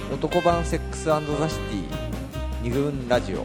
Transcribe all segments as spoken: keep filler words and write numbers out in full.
男版セックス&ザシティ二軍ラジオ。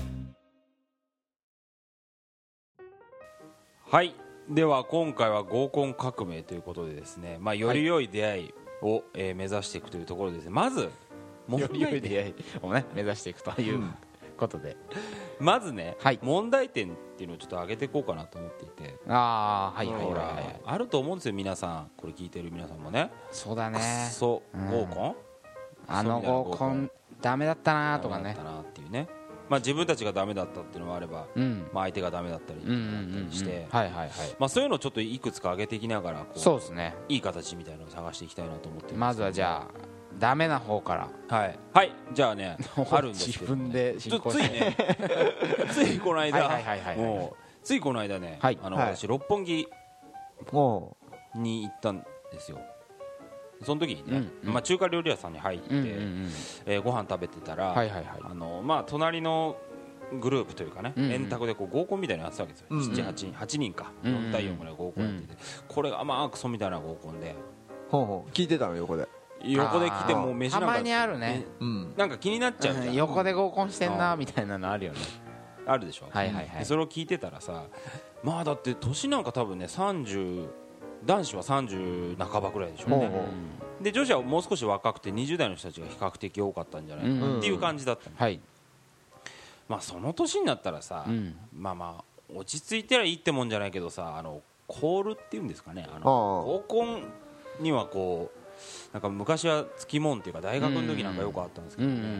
はい、では今回は合コン革命ということでですね、まあ、より良い出会いを、はい、えー、目指していくというところですね。まず問題点、より良い出会いを、ね、目指していくという、うん、ことでまずね、 はい、 問題点っていうのをちょっと上げていこうかなと思っていて、 ああ、はいはいはいはい、 あると思うんですよ、皆さん、これ聞いてる皆さんもね。 そうだね、 クソ合コン、うん、 あの合コンダメだったなとかね、 ダメだったなっていうね、まあ、自分たちがダメだったっていうのもあれば、うん、まあ、相手がダメだったりしてそういうのをちょっといくつか上げていきながらこう、 そうですね、 いい形みたいなのを探していきたいなと思ってます。 まずはじゃあダメな方から、 はい、はい、じゃあねあるんですけど、 自分で進行ついねついこの間はいはいはいはい、 もうついこの間ね、 はい、 あの、はい、私六本木に行ったんですよ。その時にね、うんうん、まあ、中華料理屋さんに入って、うんうんうん、えー、ご飯食べてたら、はいはいはい、あのまあ、隣のグループというかね、うんうん、円卓でこう合コンみたいなのやってたわけですよ、うんうん、なな、はちにん、はちにんか、よんたいよんぐらい合コンやってて、うんうん、これがまあクソみたいな合コンで、 ほうほう、聞いてたの、横で横で来て、もう飯なんかたまにあるね、 うん、なんか気になっちゃうじゃん、うん、 横で合コンしてんなみたいなのあるよね、 あるでしょ、 はいはいはい、 それを聞いてたらさ、まあだって年なんか多分ねさんじゅう、男子はさんじゅう半ばぐらいでしょうね、うん、で女子はもう少し若くてにじゅう代の人たちが比較的多かったんじゃないかなっていう感じだったの、はい、まあ、その年になったらさ、うん、まあまあ落ち着いてりゃいいってもんじゃないけどさ、あのコールっていうんですかね、あの合コンにはこうなんか昔はつきもんっていうか大学の時なんかよくあったんですけどね、うんうんうんうん、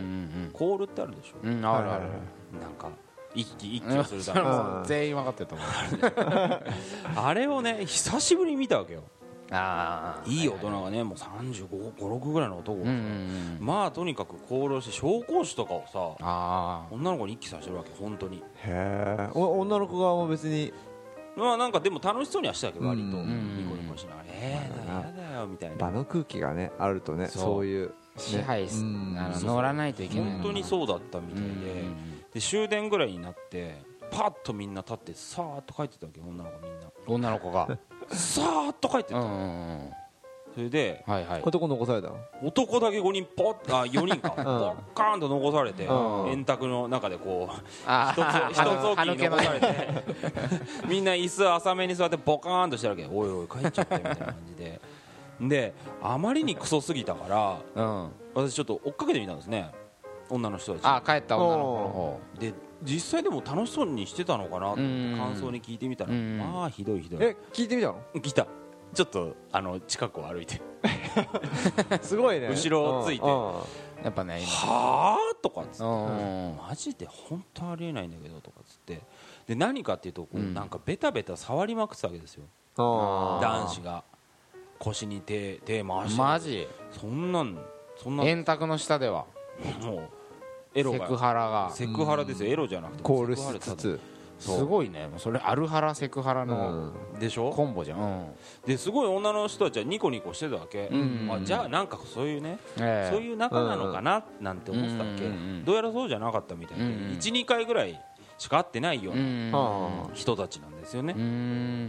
コールってあるでしょ、うん、あるある、なんか一気一気をするために、 うん、全員分かってると思うあれをね久しぶりに見たわけよ。 あいい大人がね、もうさんじゅうご、ろくぐらいの男がさ、うんうんうん、まあとにかくコールをして紹興酒とかをさ、あ女の子に一気させてるわけ、本当に。へえ、女の子側も別に、 まあなんかでも楽しそうにはしてたけど、割とニコニコしながら、えー、やだよみたいな、 場の空気がねあるとね、そういう、ね、 支配す、乗らないといけない、 本当にそうだったみたいで、で終電ぐらいになってパッとみんな立ってさーっと帰ってたわけ、女の子みんな、 女の子がさーっと帰ってった、うんうんうん、それで、 はいはい、男残されたの、 男だけごにんポッ、あよにんかポッカーンと残されて、うん、円卓の中でこう一つ一つ置きに残されてみんな椅子浅めに座ってボカーンとしてるわけ、おいおい帰っちゃってみたいな感じでであまりにクソすぎたから、うん、私ちょっと追っかけてみたんですね、女の人たち。 あ、帰った女の子で実際でも楽しそうにしてたのかなって感想に聞いてみたら、まあひどいひどい。 え、聞いてみたの？ 聞いた。ちょっとあの近くを歩いてすごいね、 後ろをついて、 やっぱね、 はぁとかっつって、マジで本当ありえないんだけどとかっつって、で何かっていうとこう、なんかベタベタ触りまくってたわけですよ、男子が腰に手手回して。 マジ？ そんなんそんな円卓の下ではもうエロがセクハラがセクハラですよ、エロじゃなくてコールしつつ、 すごいね、それアルハラセクハラのでしょ、 コンボじゃん、うん、 ですごい女の人たちはニコニコしてたわけ、うんうんうん、あじゃあなんかそういうね、えー、そういう仲なのかななんて思ってたわけ、うんうんうん、どうやらそうじゃなかったみたいで、うんうん、いち、にかいぐらいしか会ってないような人たちなんですよね、うんうん、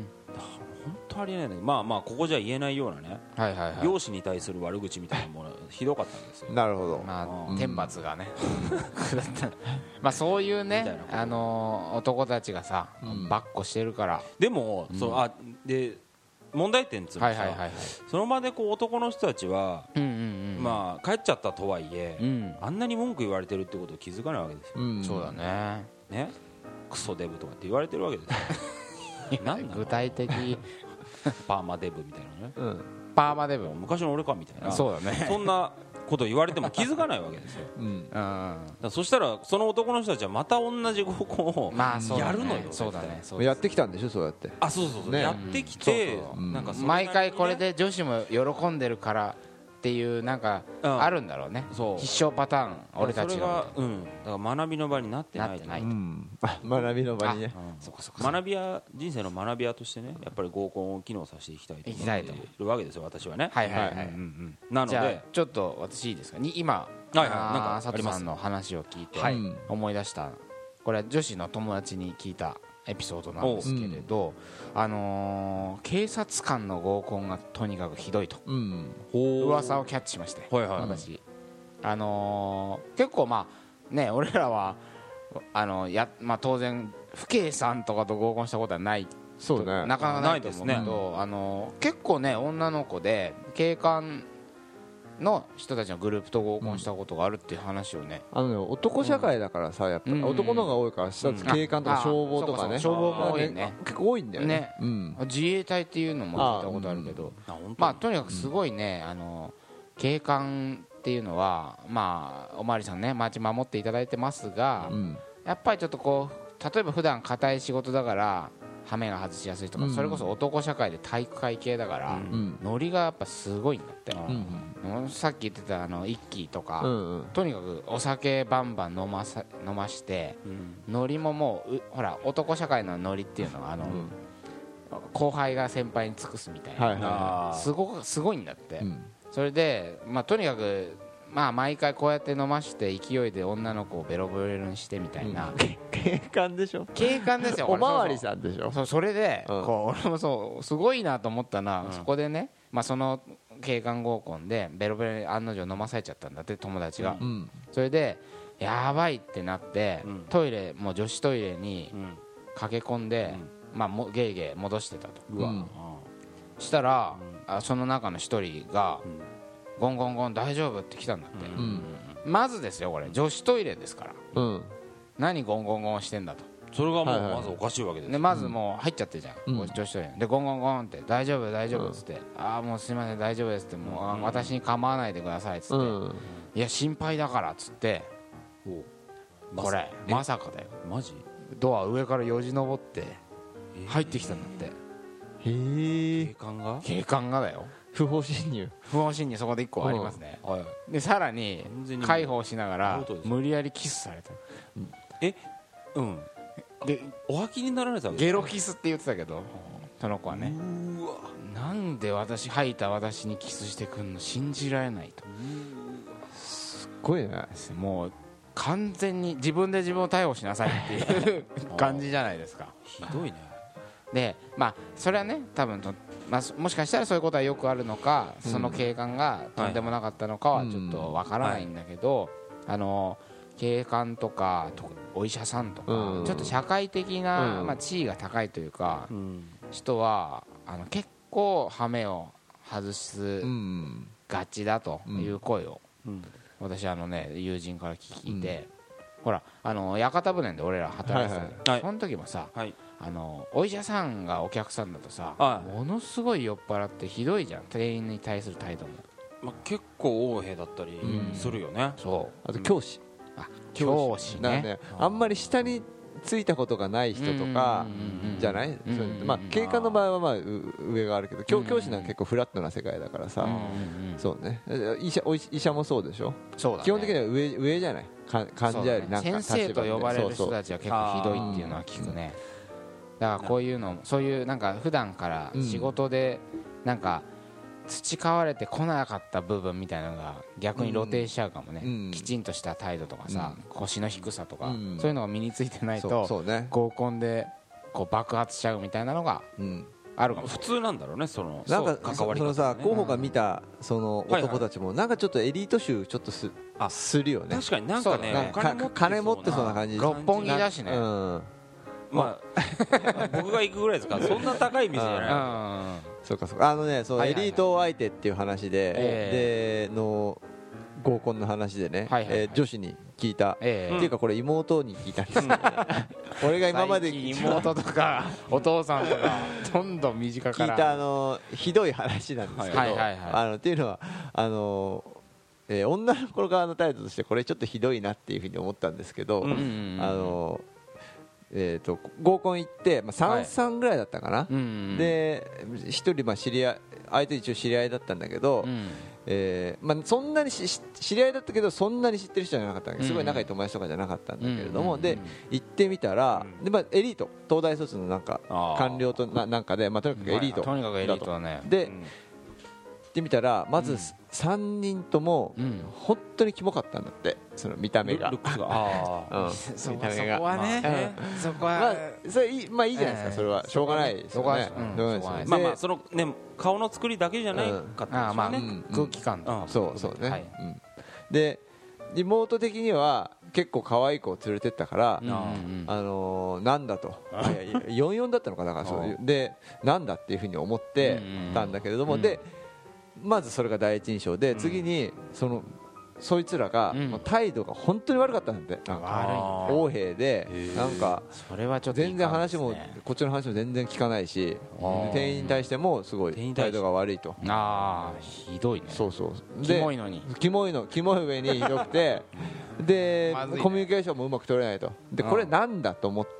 本当ありえないね。まあまあここじゃ言えないようなね、はいはいはい、容姿に対する悪口みたいなものひどかったんですよ。 なるほど、 まあ、天罰がねまあそういうね、あのー、男たちがさ、うん、バッコしてるから。 でも、うん、そうあで問題点つうのはさ、はいはいはいはい、その場でこう男の人たちは、うんうんうん、まあ帰っちゃったとはいえ、うん、あんなに文句言われてるってことを気づかないわけですよ、うん、 そうだねね、クソデブとかって言われてるわけですよなん具体的パーマデブみたいなね、うん、 パーマデブ昔の俺かみたいな、 そうだね、 そんなこと言われても気づかないわけですよ、うん、だそしたらその男の人たちはまた同じ合コンをやるのよ、 そうだね、 やってきたんでしょ、そうやって。 あ、そうそうそう、ね、やってきて、 うん、なんか毎回これで女子も喜んでるからっていうなんかあるんだろうね、うん、必勝パターン、俺たちが、 うん、だから学びの場になってないと、 なってないと、 うん、学びの場にね、 うん、そこそこ学び屋、人生の学び屋としてね、やっぱり合コンを機能させていきたいと思っているわけですよ、私はね。 はいはいはい、うんうん、なのでじゃあちょっと私いいですか、に今、はいはい、なんか佐藤さんの話を聞いて思い出した、これは女子の友達に聞いたエピソードなんですけれど、うん、あのー、警察官の合コンがとにかくひどいと、うん、噂をキャッチしまして、はいはい、私あのー、結構まあね俺らはあのや、まあ、当然父兄さんとかと合コンしたことはないそう、ね、 なかなかないと思うけど、ね、あのー、結構ね女の子で警官の人たちのグループと合コンしたことがあるっていう話をね、 うん、あのね男社会だからさやっぱ、うん、男の方が多いから下警官とか消防とかね、 消防も多いね結構多いんだよね、ね、 うん、自衛隊っていうのも聞いたことあるけど、あ、うん、まあとにかくすごいね、あの警官っていうのはまあおまわりさんね街守っていただいてますが、うん、やっぱりちょっとこう例えば普段硬い仕事だから羽目が外しやすいとか、うん、それこそ男社会で体育会系だから、うん、ノリがやっぱすごいんだって、うん、さっき言ってたあの一輝とか、うんうん、とにかくお酒バンバン飲まさ飲まして、うん、ノリももうほら男社会のノリっていうのはあの、うん、後輩が先輩に尽くすみたいな、はいはい、すごくすごいんだって、うん、それで、まあ、とにかくまあ毎回こうやって飲まして勢いで女の子をベロベロにしてみたいな、うん、 警官でしょ警官ですよおまわりさんでしょ。 そうそれで、うん、こう俺もそうすごいなと思ったな、うん、そこでね、まあ、その警官合コンでベロベロに案の定飲まされちゃったんだって友達が、うん、それでやばいってなって、うん、トイレもう女子トイレに駆け込んで、うん、まあもゲーゲー戻してたと、うん、したら、うん、その中の一人が、うん、ゴンゴンゴン大丈夫って来たんだって、うん、まずですよこれ女子トイレですから、うん、何ゴンゴンゴンしてんだと、 それがもうまずおかしいわけです、 ね、まずもう入っちゃってるじゃん、うん、女子トイレでゴンゴンゴンって大丈夫大丈夫っつって、うん、ああもうすいません大丈夫ですってもう、うん、私に構わないでくださいっつって、うん、いや心配だからっつって、これまさかだよ、 マジドア上からよじ登って入ってきたんだって、 へえ警官が警官がだよ、 不法侵入不法侵入そこでいっこありますね、うん、はい、でさらに介抱しながら無理やりキスされた、 うん、えうんでお吐きになられたわけゲロキスって言ってたけど、その子はね、うわなんで私吐いた私にキスしてくんの信じられないと、 すっごいね、 もう完全に自分で自分を逮捕しなさいっていう感じじゃないですかひどいね。 でまあそれはね多分と、まあ、もしかしたらそういうことはよくあるのか、その警官がとんでもなかったのかはちょっとわからないんだけど、あの警官とかお医者さんとか、ちょっと社会的な、まあ、地位が高いというか、人はあの結構羽目を外すがちだという声を、私あのね友人から聞いて、ほらあの屋形船で俺ら働いてた、はいはい、その時もさ、はい、あのお医者さんがお客さんだとさ、はい、ものすごい酔っ払ってひどいじゃん、店員に対する態度も、 まあ、結構横柄だったりするよね、 うん、そうあと教師、 うん、あ教師 ね, ねあんまり下についたことがない人とかじゃない、まあ、警官の場合はまあ上があるけど、教師なんか結構フラットな世界だからさ、そうね、医者、医者もそうでしょ、そうだ、ね、基本的には 上, 上じゃない、患者よりなんか先生と呼ばれる人たちは結構ひどいっていうのは聞くね。だからこういうのそういうなんか普段から仕事でなんか培われてこなかった部分みたいなのが逆に露呈しちゃうかもね、うん、きちんとした態度とかさ、うん、腰の低さとか、うん、そういうのが身についてないと、そうそうね、合コンでこう爆発しちゃうみたいなのがあるかも、 普通なんだろうね、そのなんか関わり方、ね、そのさ候補が見たその男たちもなんかちょっとエリート臭ちょっと す, あするよね、 確かになんかね、 なんか金持ってそうな感じ、 六本木だしね、 うんまあ、僕が行くぐらいですからそんな高い店じゃない、 そうかそうか、あのね、そう、はいはいはい、エリート相手っていう話で、えー、での合コンの話でね、はいはいはい、えー、女子に聞いた、えー、っていうかこれ妹に聞いたんです、うん、俺が今まで妹とかお父さんとかどんどん身近から聞いたあのひどい話なんですけど、はいはいはい、あのっていうのはあの、えー、女の子側の態度としてこれちょっとひどいなっていうふうに思ったんですけど、うんうんうん、あのえー、と合コン行って、まあ、さんさんぐらいだったかな、はい、でひとりまあ知り合い相手一応知り合いだったんだけど、うん、えーまあ、そんなにし知り合いだったけどそんなに知ってる人じゃなかったんだけど、すごい仲いい友達とかじゃなかったんだけれども、うん、で行ってみたら、うん、でまあ、エリート東大卒のなんか官僚と な, なんかで、まあ、とにかくエリートだと、 とにかくエリートだね、 で、うん、行ってみたらまずさんにんとも本当にキモかったんだって、その見た目が、ルックスが、あ、うん、見た目が、そこはね、うん、そこは、まあ、それいい、まあいいじゃないですか、それはしょうがないですよね、 まあまあそのね顔の作りだけじゃないかったんですよね、 空気感とか、 そうそうね、で妹的には結構可愛い子を連れてったから、あのなんだとよんじゅうよんだったのかな、そうでなんだっていうふうに思ってたんだけれども、でまずそれが第一印象で、次にそのそいつらが態度が本当に悪かったんだって、なんか横柄で、なんか全然話もこっちの話も全然聞かないし、店員に対してもすごい態度が悪いと。 ああひどいね。 そうそう、 キモいのにキモいのキモい上にひどくてでコミュニケーションもうまく取れないと。でこれなんだと思って、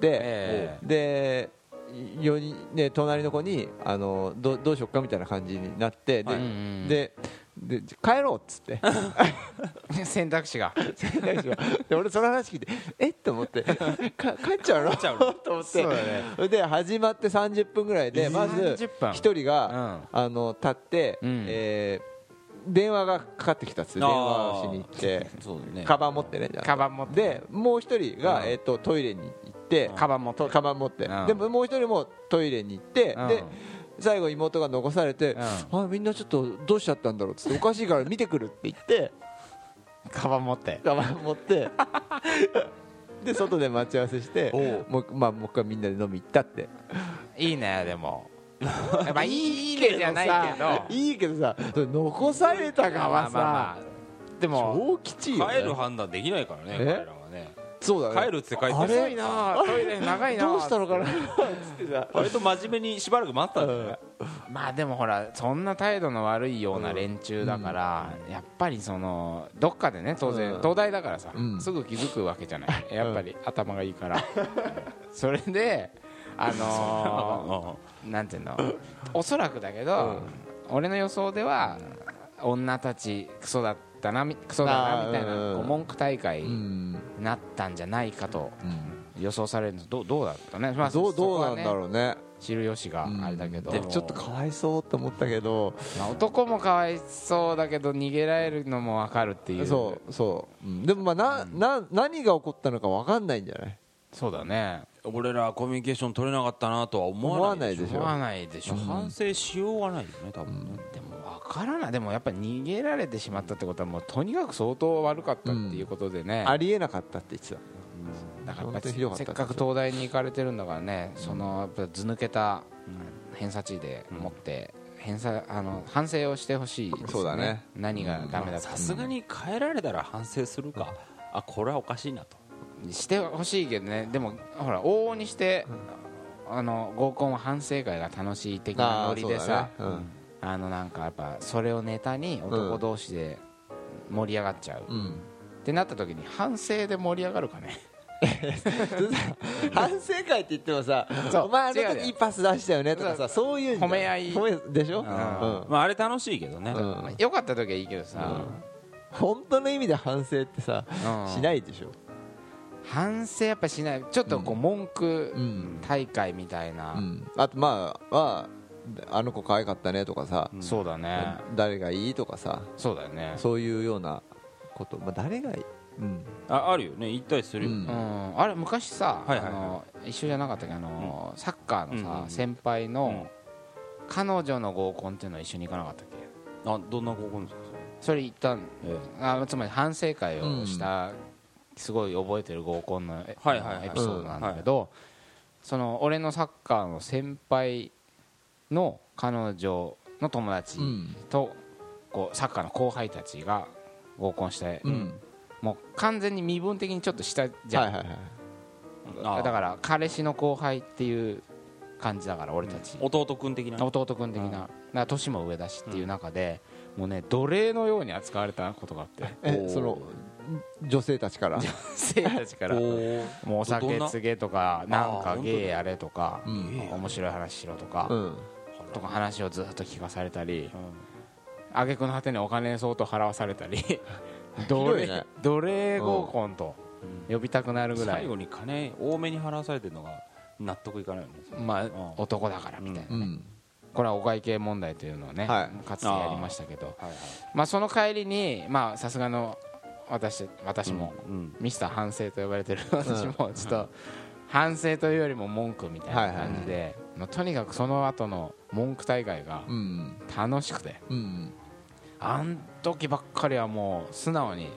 でよにね、隣の子にあの ど, どうしよっかみたいな感じになって、で、はい、でで帰ろうっつって選択肢が選択肢がで俺その話聞いてえっと思ってか帰っちゃうのと思って、ね、で始まってさんじゅっぷんぐらいでまずひとりが、うん、あの立って、うんえー電話がかかってきたっつって電話をしに行ってね、カバン持ってね、 カバン持ってでもう一人が、うんえー、とトイレに行ってカバン持ってカバン持って、うん、でももう一人もトイレに行って、うん、で最後妹が残されて、うん、あみんなちょっとどうしちゃったんだろうっつっておかしいから見てくるって言ってカバン持ってカバン持ってで外で待ち合わせしてもう、まあ、もう一回みんなで飲み行ったって。 いいね。でもまあいいけじゃないけどいいけどさ残された側さ、まあまあまあ、 でも超きちいよ、ね、 帰る判断できないからね彼らはね。 そうだね、 帰るって書いてあれいなトイレ長いなどうしたのかな割と真面目にしばらく待ったんだよね、 うん、まあでもほらそんな態度の悪いような連中だから、うん、やっぱりそのどっかでね当然、うん、東大だからさ、うん、すぐ気づくわけじゃない、やっぱり頭がいいからそれであのー、なんていうのおそらくだけど、うん、俺の予想では女たちクソだったなクソだなみたいなこう文句大会になったんじゃないかと予想されるんです。どうどうだったね、まあ、 どうどうなんだろうね、 知る由があれだけど、 でもちょっとかわいそうと思ったけど、 まあ、男もかわいそうだけど逃げられるのも分かるっていう。 そうそう、うん、でもまあな、うん、な何が起こったのか分かんないんじゃない。 そうだね、 俺らコミュニケーション取れなかったなとは思わないでしょ。 思わないでしょ、 うん、反省しようがないよね多分ね、うん、 でも分からない。でもやっぱり逃げられてしまったってことはもうとにかく相当悪かったっていうことでね、 うん、ありえなかったって言ってた、 うん、だからやっぱりせっかく東大に行かれてるんだからね、うん、そのやっぱ図抜けた偏差値で持って、うん、偏差あの反省をしてほしいですね。 そうだね、 何がダメだったか。 さすがに変えられたら反省するか、あこれはおかしいなとしてほしいけどね。でもほら往々にして、うん、あの合コンは反省会が楽しい的なノリでさ、あ、ねうん、あのなんかやっぱそれをネタに男同士で盛り上がっちゃう、うん、ってなった時に反省で盛り上がるかね反省会って言ってもさお前あの時いいパス出したよねとかさ、そういう褒め合い褒めでしょ、うんうん、まあ、あれ楽しいけどね、うん、 よかった時はいいけどさ、うん、 本当の意味で反省ってさ、うん、しないでしょ。 反省やっぱしない。ちょっとこう文句大会みたいな、うんうん、 あとまあはあの子可愛かったねとかさ、 うん、そうだね、 誰がいいとかさ、 そうだよね、 そういうようなこと、まあ、誰がいい、うん、 あ, あるよね、言ったりするよ、うんうん、あれ昔さ、はいはいはい、あの一緒じゃなかったっけ、あの、うん、サッカーのさ、うん、先輩の彼女の合コンっていうのは一緒に行かなかったっけ。 あ、どんな合コンですかそれ行ったん、ええ、あつまり反省会をした、うん、すごい覚えてる合コンのエピソードなんだけど、その俺のサッカーの先輩の彼女の友達とこうサッカーの後輩たちが合コンして、うん、もう完全に身分的にちょっと下じゃん、はいはいはい、だから彼氏の後輩っていう感じだから俺たち、 うん、弟君的な弟君的な、だから年も上だしっていう中で、うん、もうね奴隷のように扱われたことがあって、 えその女性たちから女性たちからもうお酒告げとかなんか芸やれとか、うん、面白い話しろとか、うん、とか話をずっと聞かされたり、挙句の果てにお金相当払わされたり奴隷、ね、奴隷合コンと呼びたくなるぐらい、 最後に金多めに払わされてるのが納得いかないよね。 まあ男だからみたいなね、うん、これはお会計問題というのをね、はい、かつてやりましたけど、はいはい、まあその帰りにまあさすがの私, 私も、うんうん、ミスター反省と呼ばれてる私もちょっと反省というよりも文句みたいな感じで、はいはいはい、まあ、とにかくその後の文句大会が楽しくて、うんうん、あん時ばっかりはもう素直に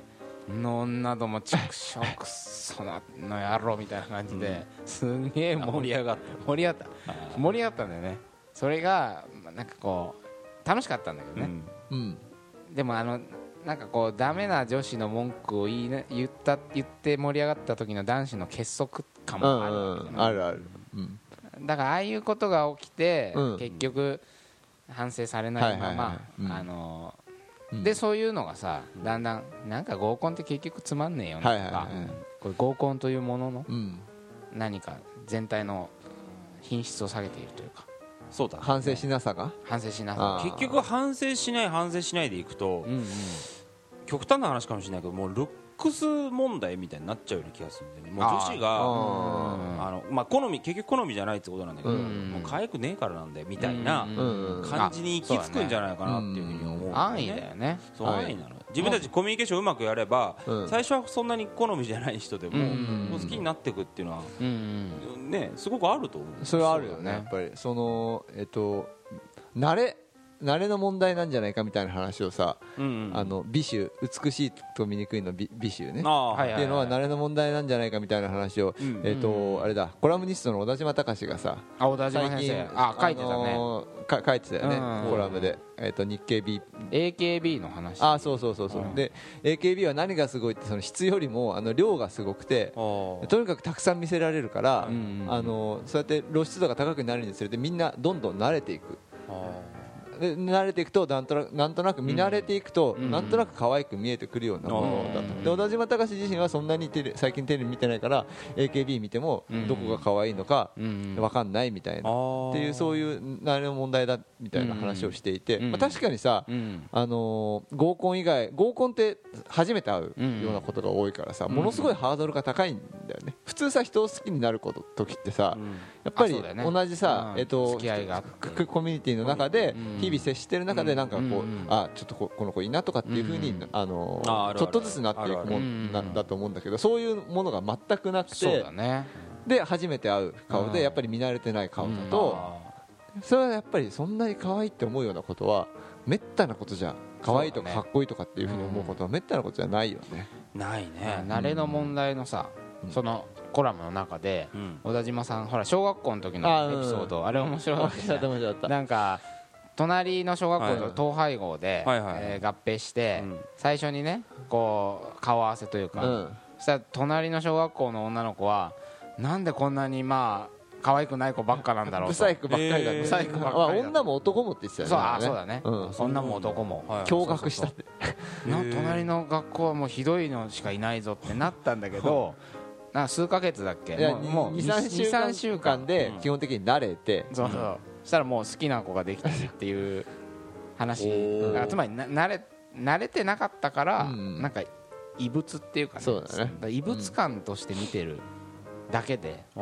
の女どもちくしょうくそなの野郎みたいな感じで、すんげえ盛り上がった盛り上がった盛り上がったんだよね。それがなんかこう楽しかったんだけどね、うんうん、でもあのなんかこうダメな女子の文句を言い、ね、言った言って盛り上がった時の男子の結束感もあるわけだな、 あるある、うん、 だからああいうことが起きて、うん、結局反省されないままあのでそういうのがさだんだんなんか合コンって結局つまんねえよなとか、これ合コンというものの何か全体の品質を下げているというか、 そうだ、ね、 反省しなさが反省しなさ結局反省しない反省しないでいくと、うんうん、極端な話かもしれないけどもうルックス問題みたいになっちゃうような気がするんだよね。もう女子があの、まあ、好み結局好みじゃないってことなんだけど、うんうん、もう可愛くねえからなんだよみたいな感じに行き着くんじゃないかなっていうふうに思うんだよね。 安易だよね。 そう安易なの。自分たちコミュニケーションうまくやれば、うん、最初はそんなに好みじゃない人でも、うんうん、好きになっていくっていうのは、うんうん、ねすごくあると思う。 それはあるよね。やっぱりそのえっと慣れ慣れの問題なんじゃないかみたいな話をさ、うんうん、あの美醜美しいと醜いの美美醜ねっていうのは慣れの問題なんじゃないかみたいな話を、うん、えっとあれだコラムニストの小田島隆がさあ小田島先生あ書いてたね、あのー、か書いてたよね、うんうん、コラムで、えっと日経 B エーケービー の話あそうそうそうそう、うん、で エーケービー は何がすごいってその質よりもあの量がすごくてとにかくたくさん見せられるから、うんうん、あのそうやって露出度が高くなるにつれてみんなどんどん慣れていく。で慣れていくとなんとなく、なんとなく見慣れていくと、うん、なんとなく可愛く見えてくるようなものだった、うん、で小田島隆自身はそんなにテレ最近テレビ見てないから エーケービー 見てもどこが可愛いのか分かんないみたいな、うん、っていうそういう慣れの問題だみたいな話をしていて、うんまあ、確かにさ、うんあのー、合コン以外合コンって初めて会うようなことが多いからさ、うん、ものすごいハードルが高いんだよね。普通さ人を好きになること時ってさ、うん、やっぱり同じさ、ねえー、と付き合いがあってコミュニティの中で日々接してる中でなんかこう、うんうん、あちょっと こ, この子いいなとかっていう風に、うん、あのあちょっとずつなっていくもんなんだと思うんだけど、そういうものが全くなくてそうだ、ね、 で初めて会う顔でやっぱり見慣れてない顔だと、うん、それはやっぱりそんなに可愛いって思うようなことはめったなことじゃ可愛いとかかっこいいとかっていう風に思うことはめったなことじゃないよね。 ないね。 慣れの問題のさ、うん、そのコラムの中で、うん、小田島さんほら小学校の時のエピソード あ,、うん、あれ面白かったなんか隣の小学校と統廃合で、はいはいえー、合併して、うん、最初にねこう顔合わせというか、うん、そしたら隣の小学校の女の子はなんでこんなにまあ可愛くない子ばっかなんだろうとブサイクばっかりだ、ね、 ブサイクばっかりだ、 女も男もって言ってたよね。 そうあそうだね、うん、女も男も驚愕したってな隣の学校はもうひどいのしかいないぞってなったんだけどな数ヶ月だっけいやもう にさんしゅうかんで基本的に慣れて、 うん、そうそうそしたらもう好きな子ができたしっていう話だからつまりな慣れ慣れてなかったから、うん、なんか異物っていうかね、 そうだね異物感として見てるだけで、うん、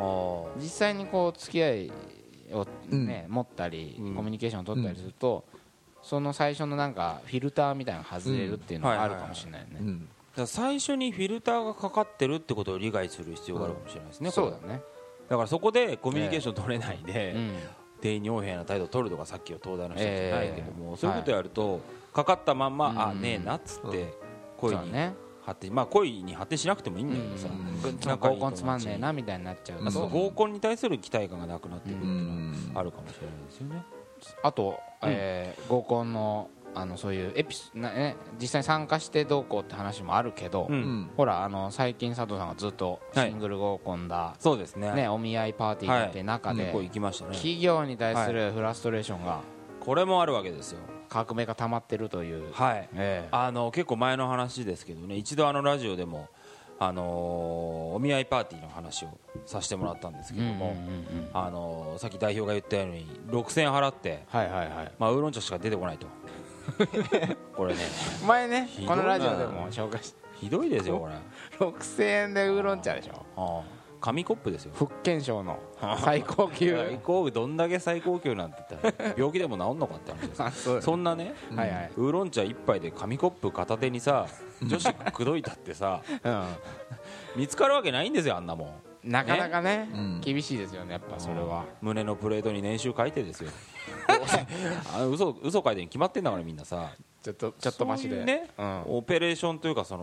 実際にこう付き合いを、ねうん、持ったり、うん、コミュニケーションを取ったりすると、うん、その最初のなんかフィルターみたいなのが外れるっていうのがあるかもしれないよね、うんはいはいはい、 だから最初にフィルターがかかってるってことを理解する必要があるかもしれないですね、うん、 そうだね。 だからそこでコミュニケーション取れないで、えーうん低二平な態度を取るとかさっきの東大の人じゃないけども、えー、そういうことやると、はい、かかったまんま、うん、あねえなっつって恋に発展、まあ恋に発展しなくてもいいんだけどさ、 なんか合コンつまんねえなみたいになっちゃう、 うん、そう合コンに対する期待感がなくなってくるっていうのはあるかもしれないですよね。 あと、えー、合コンのあのそういうエピソな、ね、実際に参加してどうこうって話もあるけど、うん、ほらあの最近佐藤さんがずっとシングル合コンだ、はい、 そうですね、 ねお見合いパーティーだって中で、はいうん、 行きましたね、 企業に対するフラストレーションが、はい、 これもあるわけですよ。 革命が溜まってるという、 はいえー、あの結構前の話ですけどね、一度あのラジオでもあのー、お見合いパーティーの話をさせてもらったんですけども、うんうんうんうん、あのー、さっき代表が言ったようにろくせんえん払って、はいはいはいまあ、ウーロン茶しか出てこないとこれね前ねこのラジオでも紹介してひどいですよこれろくせんえんでウーロン茶でしょ。 ああ紙コップですよ。 福建省の最高級最高どんだけ最高級なんて言ったら病気でも治んのかって話ですそ, そんなね、うんはいはい、ウーロン茶一杯で紙コップ片手にさ女子口説いたってさ、うん、見つかるわけないんですよあんなもん。 なかなか ね, ね、うん、厳しいですよねやっぱそれは、 うん、胸のプレートに年収書いてですよあの 嘘, 嘘書いてに決まってんだからみんなさちょっとちょっとマシでそういうね、うん、オペレーションというかその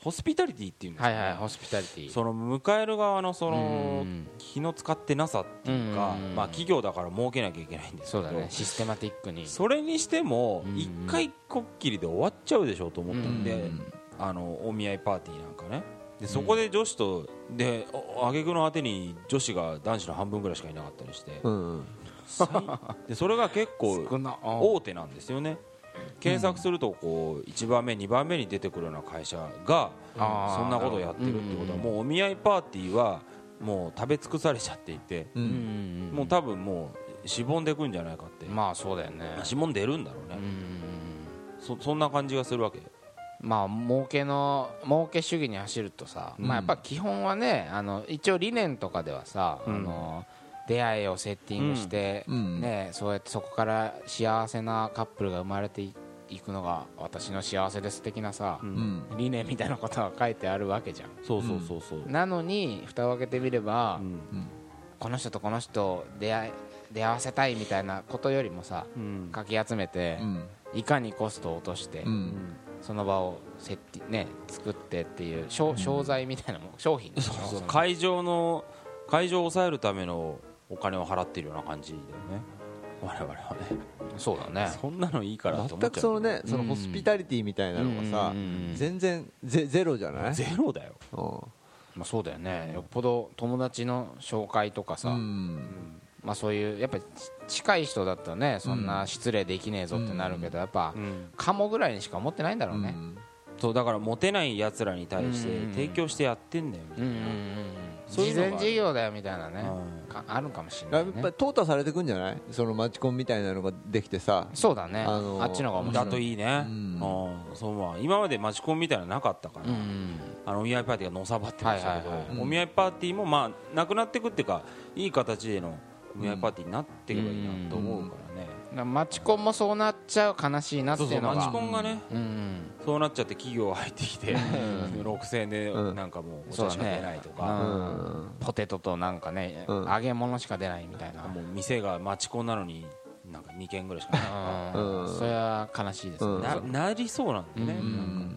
ホスピタリティっていうんですかね、 はいはい、ホスピタリティ、 その迎える側のその気の使ってなさっていうか、まあ企業だから儲けなきゃいけないんですけど、 そうだね、システマティックに、 それにしても一回こっきりで終わっちゃうでしょうと思ったんで、あのお見合いパーティーなんかね、でそこで女子とで挙句の果てに女子が男子の半分ぐらいしかいなかったりして、でそれが結構大手なんですよね。検索するとこういちばんめにばんめに出てくるような会社がそんなことをやってるってことは、もうお見合いパーティーはもう食べ尽くされちゃっていて、もう多分もうしぼんでいくんじゃないかって。 まあそうだよね、 しぼんでるんだろうね。そそんな感じがするわけ。 まあ儲けの儲け主義に走るとさ、まあやっぱ基本はね、あの一応理念とかではさ、あの出会いをセッティングして、ね、そうやってそこから幸せなカップルが生まれていくのが私の幸せです的なさ、理念みたいなことが書いてあるわけじゃん。 そうそうそうそう。 なのに蓋を開けてみれば、この人とこの人を出会い出会わせたいみたいなことよりもさ、かき集めていかにコストを落としてその場をセッティ、ね、作ってっていう商材みたいなも商品でしょ。 そうそう、会場の会場を抑えるためのお金を払っているような感じだよね、我々はね。 そうだね、 そんなのいいからと思っちゃう。 全くそのね、そのホスピタリティみたいなのがさ、全然ゼゼロじゃない？ ゼロだよ。 まあそうだよね。よっぽど友達の紹介とかさ、まあそういうやっぱり近い人だったらね、そんな失礼できねえぞってなるけど、やっぱカモぐらいにしか思ってないんだろうね。 そうだからモテないやつらに対して提供してやってんだよみたいな。 慈善事業だよみたいなね、あるかもしれないね。 やっぱり淘汰されてくんじゃない？そのマチコンみたいなのができてさ。 そうだね、あのー、あっちの方が面白いだといいね、うん、そう、まあ、今までマチコンみたいなのなかったから、うん、あのお見合いパーティーがのさばってましたけど、はいはいはい、お見合いパーティーもまあなくなっていくっていうか、いい形でのお見合いパーティーになっていけばいいなと思うからね、 うん、マチコンもそうなっちゃう悲しいなっていうのが、 そうそう、マチコンがね、うん、そうなっちゃって企業が入ってきて、うん、ろくせんえんでなんかもうお茶しか出ないとか、ね、うん、 ポテトとなんかね、うん、揚げ物しか出ないみたいな、 もう店がマチコンなのになんかにけんぐらいしかない、 うん、それは悲しいですね、うん、 な, なりそうなんだよね、うん、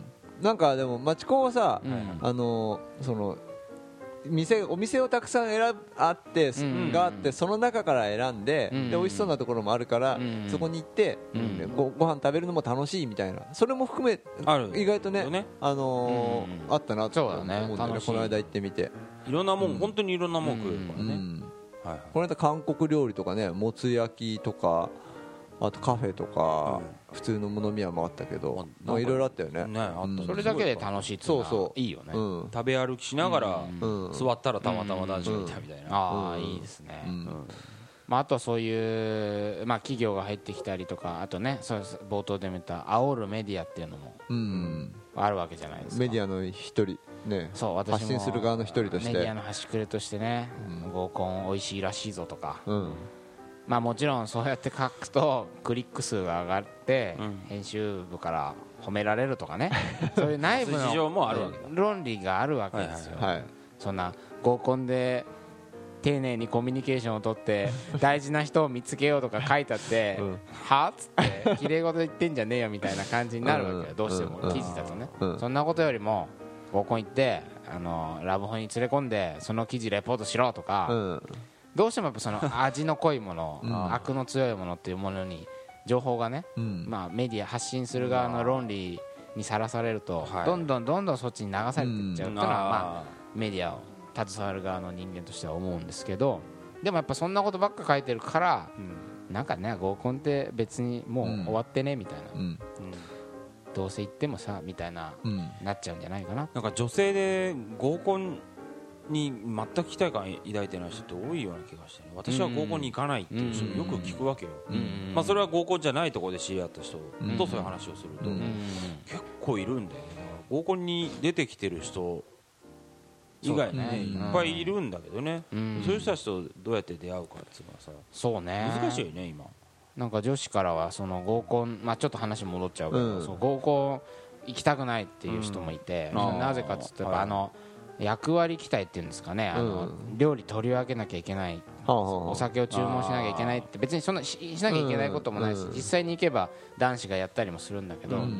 なんかでもマチコンはさ、うん、あのその店お店をたくさん選あって、うん、があってその中から選んで、うん、で美味しそうなところもあるから、うん、そこに行って、うん、ご, ご飯食べるのも楽しいみたいな、それも含め意外と ね, ね、あのーうん、あったなと思うんだよね、この間行ってみて、 いろんなもん、うん、本当にいろんなもん食えるからね、うんはいはい、この間韓国料理とかね、もつ焼きとか、あとカフェとか、うん、普通の飲み屋もあったけど、まあいろいろあったよね。ね、あった。 それだけで楽しいっていうのはいいよね。 うん、食べ歩きしながら、うん、座ったらたまたま男子がいたみたいな。 ああ、いいですね。うんまあ、あとはそういう、まあ、企業が入ってきたりとか、あとね、そう冒頭でも言った煽るメディアっていうのもあるわけじゃないですか。 メディアの一人、ね、そう私も発信する側の一人として、 メディアの端くれとしてね、うん、合コンおいしいらしいぞとか、うんまあ、もちろんそうやって書くとクリック数が上がって編集部から褒められるとかね、そういう内部の論理があるわけですよ。そんな合コンで丁寧にコミュニケーションを取って大事な人を見つけようとか書いてあってはっつってきれい事言ってんじゃねえよみたいな感じになるわけよ、どうしても記事だとね。そんなことよりも合コン行ってあのラブホに連れ込んでその記事レポートしろとか、どうしてもやっぱその味の濃いもの、うん、悪の強いものっていうものに情報がね、うんまあ、メディア発信する側の論理にさらされると、うん、どんどんどんどんそっちに流されていっちゃうっていうのは、まあ、メディアを携わる側の人間としては思うんですけど、でもやっぱそんなことばっか書いてるから、うん、なんかね合コンって別にもう終わってねみたいな、うんうん、どうせ行ってもさみたいな、うん、なっちゃうんじゃないかな。 なんか女性で合コンに全く期待感抱いてない人って多いような気がして、ね、私は合コンに行かないっていう人よく聞くわけよ、うんうん、まあ、それは合コンじゃないところで知り合った人とそういう話をすると、うん、結構いるんだよね。合コンに出てきてる人以外にね、いっぱいいるんだけどね、うん、そういう人たちとどうやって出会うかっていうのはさ、 そうね、 難しいよね今。 なんか女子からはその合コン、まあ、ちょっと話戻っちゃうけど、うん、その合コン行きたくないっていう人もいて、うん、なぜかっつってあの役割期待っていうんですかね、あの、うん、料理取り分けなきゃいけない、うん、お酒を注文しなきゃいけないって別にそんな し, しなきゃいけないこともないし、うん、実際に行けば男子がやったりもするんだけど、うん、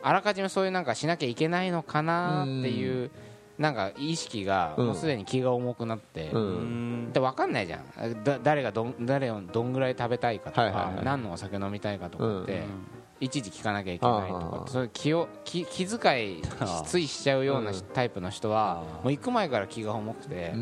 あらかじめそういうなんかしなきゃいけないのかなっていうなんか意識がもうすでに気が重くなって、うん、で分かんないじゃんだ誰がどん誰をどんぐらい食べたいかとか、はいはいはい、何のお酒飲みたいかとかって、うん、いちいち聞かなきゃいけないとかそういう気を気気遣いついしちゃうようなタイプの人はもう行く前から気が重くて、うん、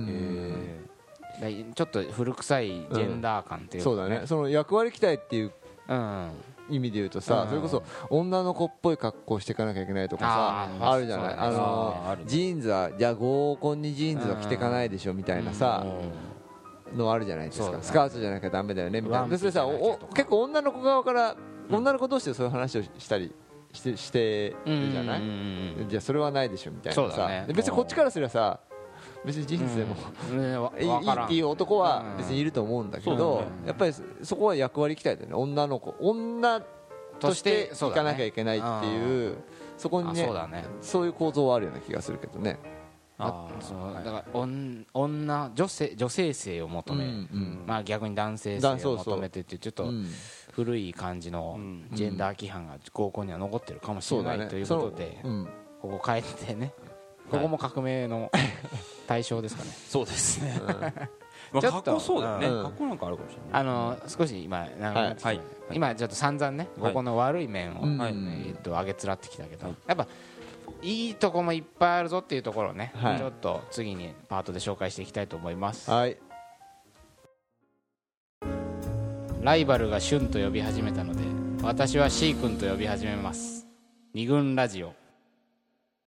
ちょっと古臭いジェンダー感っていうか、ねうん、そうだねその役割期待っていう、うん意味で言うとさ、うん、それこそ女の子っぽい格好していかなきゃいけないとかさ あ, あるじゃない、あのジーンズはじゃあ合コンにジーンズは着ていかないでしょみたいなさ、うん、のあるじゃないですか、ね、スカートじゃなきゃダメだよねみたいな。でそれさお結構女の子側から、うん、女の子同士でそういう話をしたりして、してるじゃない、うんうんうん、じゃあそれはないでしょみたいなさ、ね、別にこっちからすればさ別にジーンズでも、うん、いいっていう男は別にいると思うんだけど、うん、やっぱりそこは役割期待だよね。女の子女として行かなきゃいけないっていう、そこにね、そうだね、そういう構造はあるような気がするけどね。 あそうだから女女性女性性を求め、うんうんまあ、逆に男性性を求めてっていうちょっと古い感じのジェンダー規範が合コンには残ってるかもしれない、うん、ということで、うん、ここ変えてねここも革命の対象ですかね。 そうですね。ちょっとそうだよね。格好なんかあるかもしれない。 あの少し今長く今ちょっと散々ねここの悪い面をえっと上げつらってきたけど、やっぱいいとこもいっぱいあるぞっていうところをねちょっと次にパートで紹介していきたいと思います。はい。ライバルがシュンと呼び始めたので私は C 君と呼び始めます。二軍ラジオ。